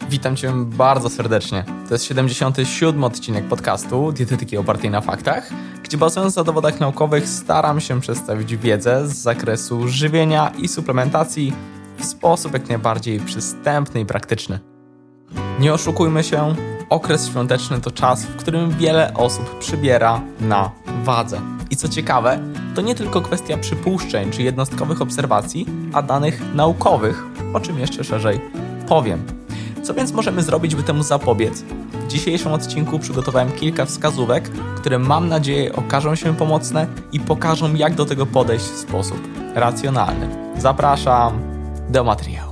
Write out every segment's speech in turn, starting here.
Witam Cię bardzo serdecznie. To jest 77. odcinek podcastu Dietetyki opartej na faktach, gdzie bazując na dowodach naukowych staram się przedstawić wiedzę z zakresu żywienia i suplementacji w sposób jak najbardziej przystępny i praktyczny. Nie oszukujmy się, okres świąteczny to czas, w którym wiele osób przybiera na wadze. I co ciekawe, to nie tylko kwestia przypuszczeń czy jednostkowych obserwacji, a danych naukowych, o czym jeszcze szerzej powiem. Co więc możemy zrobić, by temu zapobiec? W dzisiejszym odcinku przygotowałem kilka wskazówek, które mam nadzieję okażą się pomocne i pokażą, jak do tego podejść w sposób racjonalny. Zapraszam do materiału.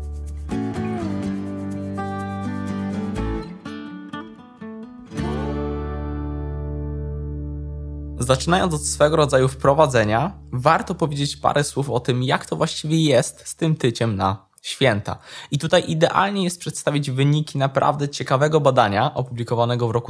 Zaczynając od swego rodzaju wprowadzenia, warto powiedzieć parę słów o tym, jak to właściwie jest z tym tyciem na święta. I tutaj idealnie jest przedstawić wyniki naprawdę ciekawego badania opublikowanego w roku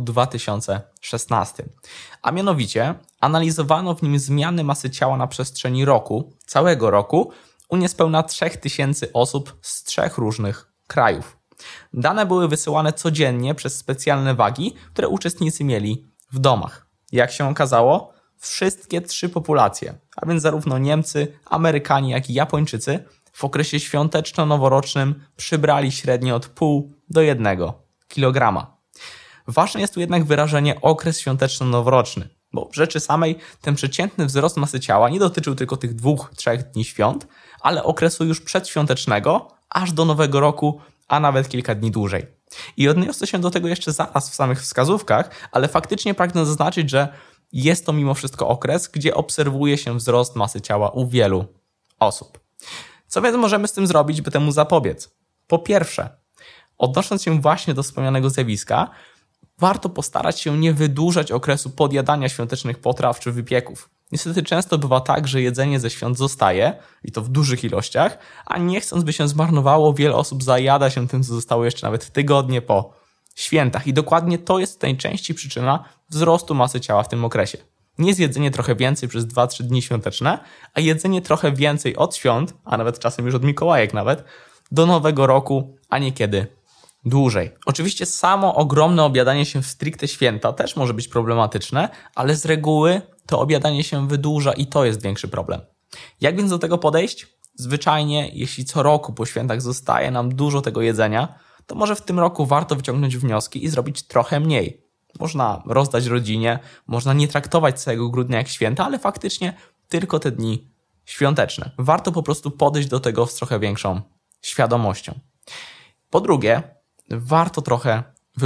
2016. A mianowicie analizowano w nim zmiany masy ciała na przestrzeni roku, całego roku, u niespełna 3000 osób z 3 różnych krajów. Dane były wysyłane codziennie przez specjalne wagi, które uczestnicy mieli w domach. Jak się okazało, wszystkie 3 populacje, a więc zarówno Niemcy, Amerykanie, jak i Japończycy, w okresie świąteczno-noworocznym przybrali średnio od 0,5 do 1 kg. Ważne jest tu jednak wyrażenie okres świąteczno-noworoczny, bo w rzeczy samej ten przeciętny wzrost masy ciała nie dotyczył tylko tych 2-3 dni świąt, ale okresu już przedświątecznego, aż do Nowego Roku, a nawet kilka dni dłużej. I odniosę się do tego jeszcze zaraz w samych wskazówkach, ale faktycznie pragnę zaznaczyć, że jest to mimo wszystko okres, gdzie obserwuje się wzrost masy ciała u wielu osób. Co więc możemy z tym zrobić, by temu zapobiec? Po pierwsze, odnosząc się właśnie do wspomnianego zjawiska, warto postarać się nie wydłużać okresu podjadania świątecznych potraw czy wypieków. Niestety często bywa tak, że jedzenie ze świąt zostaje, i to w dużych ilościach, a nie chcąc by się zmarnowało, wiele osób zajada się tym, co zostało jeszcze nawet tygodnie po świętach. I dokładnie to jest najczęściej przyczyna wzrostu masy ciała w tym okresie. Nie zjedzenie trochę więcej przez 2-3 dni świąteczne, a jedzenie trochę więcej od świąt, a nawet czasem już od Mikołajek nawet, do Nowego Roku, a niekiedy dłużej. Oczywiście samo ogromne obiadanie się w stricte święta też może być problematyczne, ale z reguły to obiadanie się wydłuża i to jest większy problem. Jak więc do tego podejść? Zwyczajnie, jeśli co roku po świętach zostaje nam dużo tego jedzenia, to może w tym roku warto wyciągnąć wnioski i zrobić trochę mniej. Można rozdać rodzinie, można nie traktować całego grudnia jak święta, ale faktycznie tylko te dni świąteczne. Warto po prostu podejść do tego z trochę większą świadomością. Po drugie, warto trochę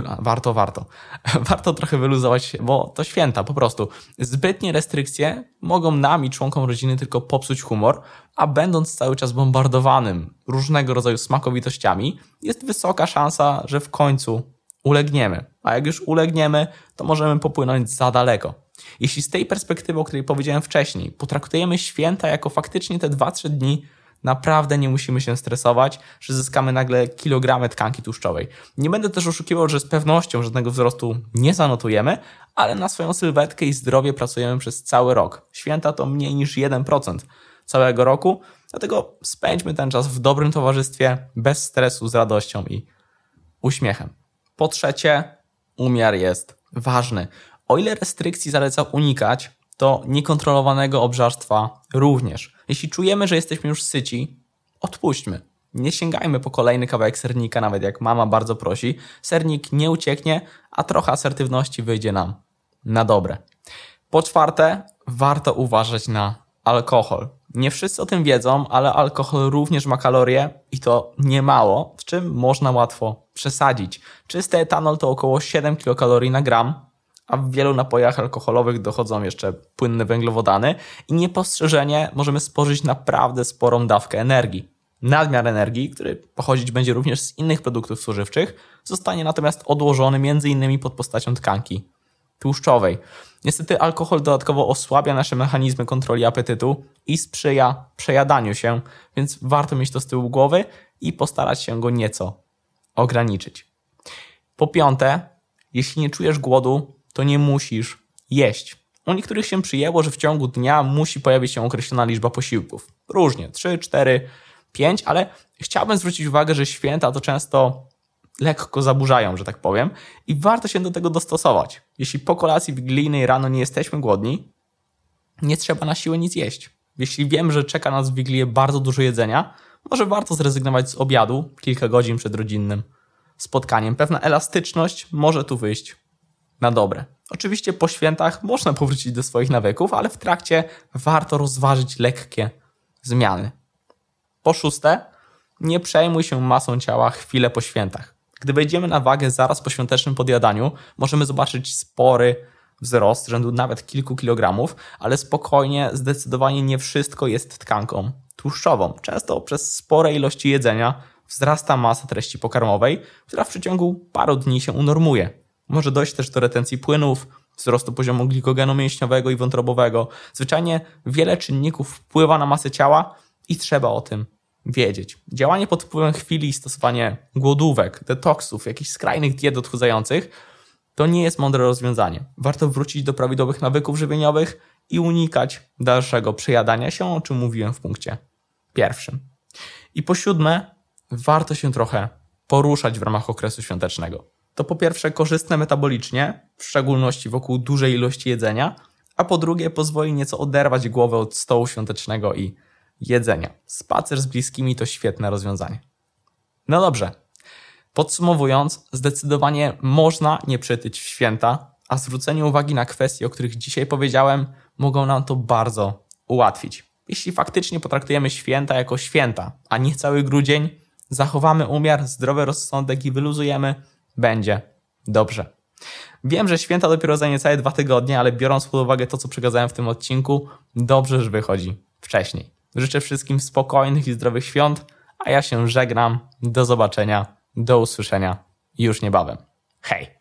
wyluzować, bo to święta po prostu. Zbytnie restrykcje mogą nam i członkom rodziny tylko popsuć humor, a będąc cały czas bombardowanym różnego rodzaju smakowitościami, jest wysoka szansa, że w końcu ulegniemy. A jak już ulegniemy, to możemy popłynąć za daleko. Jeśli z tej perspektywy, o której powiedziałem wcześniej, potraktujemy święta jako faktycznie te 2-3 dni, naprawdę nie musimy się stresować, że zyskamy nagle kilogramy tkanki tłuszczowej. Nie będę też oszukiwał, że z pewnością żadnego wzrostu nie zanotujemy, ale na swoją sylwetkę i zdrowie pracujemy przez cały rok. Święta to mniej niż 1% całego roku, dlatego spędźmy ten czas w dobrym towarzystwie, bez stresu, z radością i uśmiechem. Po trzecie, umiar jest ważny. O ile restrykcji zaleca unikać, to niekontrolowanego obżarstwa również. Jeśli czujemy, że jesteśmy już syci, odpuśćmy. Nie sięgajmy po kolejny kawałek sernika, nawet jak mama bardzo prosi. Sernik nie ucieknie, a trochę asertywności wyjdzie nam na dobre. Po czwarte, warto uważać na alkohol. Nie wszyscy o tym wiedzą, ale alkohol również ma kalorie i to niemało, z czym można łatwo przesadzić. Czysty etanol to około 7 kilokalorii na gram, a w wielu napojach alkoholowych dochodzą jeszcze płynne węglowodany i niepostrzeżenie możemy spożyć naprawdę sporą dawkę energii. Nadmiar energii, który pochodzić będzie również z innych produktów spożywczych, zostanie natomiast odłożony m.in. pod postacią tkanki tłuszczowej. Niestety alkohol dodatkowo osłabia nasze mechanizmy kontroli apetytu i sprzyja przejadaniu się, więc warto mieć to z tyłu głowy i postarać się go nieco ograniczyć. Po piąte, jeśli nie czujesz głodu, to nie musisz jeść. U niektórych się przyjęło, że w ciągu dnia musi pojawić się określona liczba posiłków. Różnie, 3, 4, 5, ale chciałbym zwrócić uwagę, że święta to często lekko zaburzają, że tak powiem, i warto się do tego dostosować. Jeśli po kolacji wigilijnej rano nie jesteśmy głodni, nie trzeba na siłę nic jeść. Jeśli wiem, że czeka nas w Wigilię bardzo dużo jedzenia, może warto zrezygnować z obiadu kilka godzin przed rodzinnym spotkaniem. Pewna elastyczność może tu wyjść na dobre. Oczywiście po świętach można powrócić do swoich nawyków, ale w trakcie warto rozważyć lekkie zmiany. Po szóste, nie przejmuj się masą ciała chwilę po świętach. Gdy wejdziemy na wagę zaraz po świątecznym podjadaniu, możemy zobaczyć spory wzrost, rzędu nawet kilku kilogramów, ale spokojnie, zdecydowanie nie wszystko jest tkanką tłuszczową. Często przez spore ilości jedzenia wzrasta masa treści pokarmowej, która w przeciągu paru dni się unormuje. Może dojść też do retencji płynów, wzrostu poziomu glikogenu mięśniowego i wątrobowego. Zwyczajnie wiele czynników wpływa na masę ciała i trzeba o tym wiedzieć. Działanie pod wpływem chwili i stosowanie głodówek, detoksów, jakichś skrajnych diet odchudzających to nie jest mądre rozwiązanie. Warto wrócić do prawidłowych nawyków żywieniowych i unikać dalszego przejadania się, o czym mówiłem w punkcie pierwszym. I po siódme, warto się trochę poruszać w ramach okresu świątecznego. To po pierwsze korzystne metabolicznie, w szczególności wokół dużej ilości jedzenia, a po drugie pozwoli nieco oderwać głowę od stołu świątecznego i jedzenia. Spacer z bliskimi to świetne rozwiązanie. No dobrze. Podsumowując, zdecydowanie można nie przytyć w święta, a zwrócenie uwagi na kwestie, o których dzisiaj powiedziałem, mogą nam to bardzo ułatwić. Jeśli faktycznie potraktujemy święta jako święta, a nie cały grudzień, zachowamy umiar, zdrowy rozsądek i wyluzujemy, będzie dobrze. Wiem, że święta dopiero za niecałe 2 tygodnie, ale biorąc pod uwagę to, co przekazałem w tym odcinku, dobrze, że wychodzi wcześniej. Życzę wszystkim spokojnych i zdrowych świąt, a ja się żegnam. Do zobaczenia, do usłyszenia już niebawem. Hej!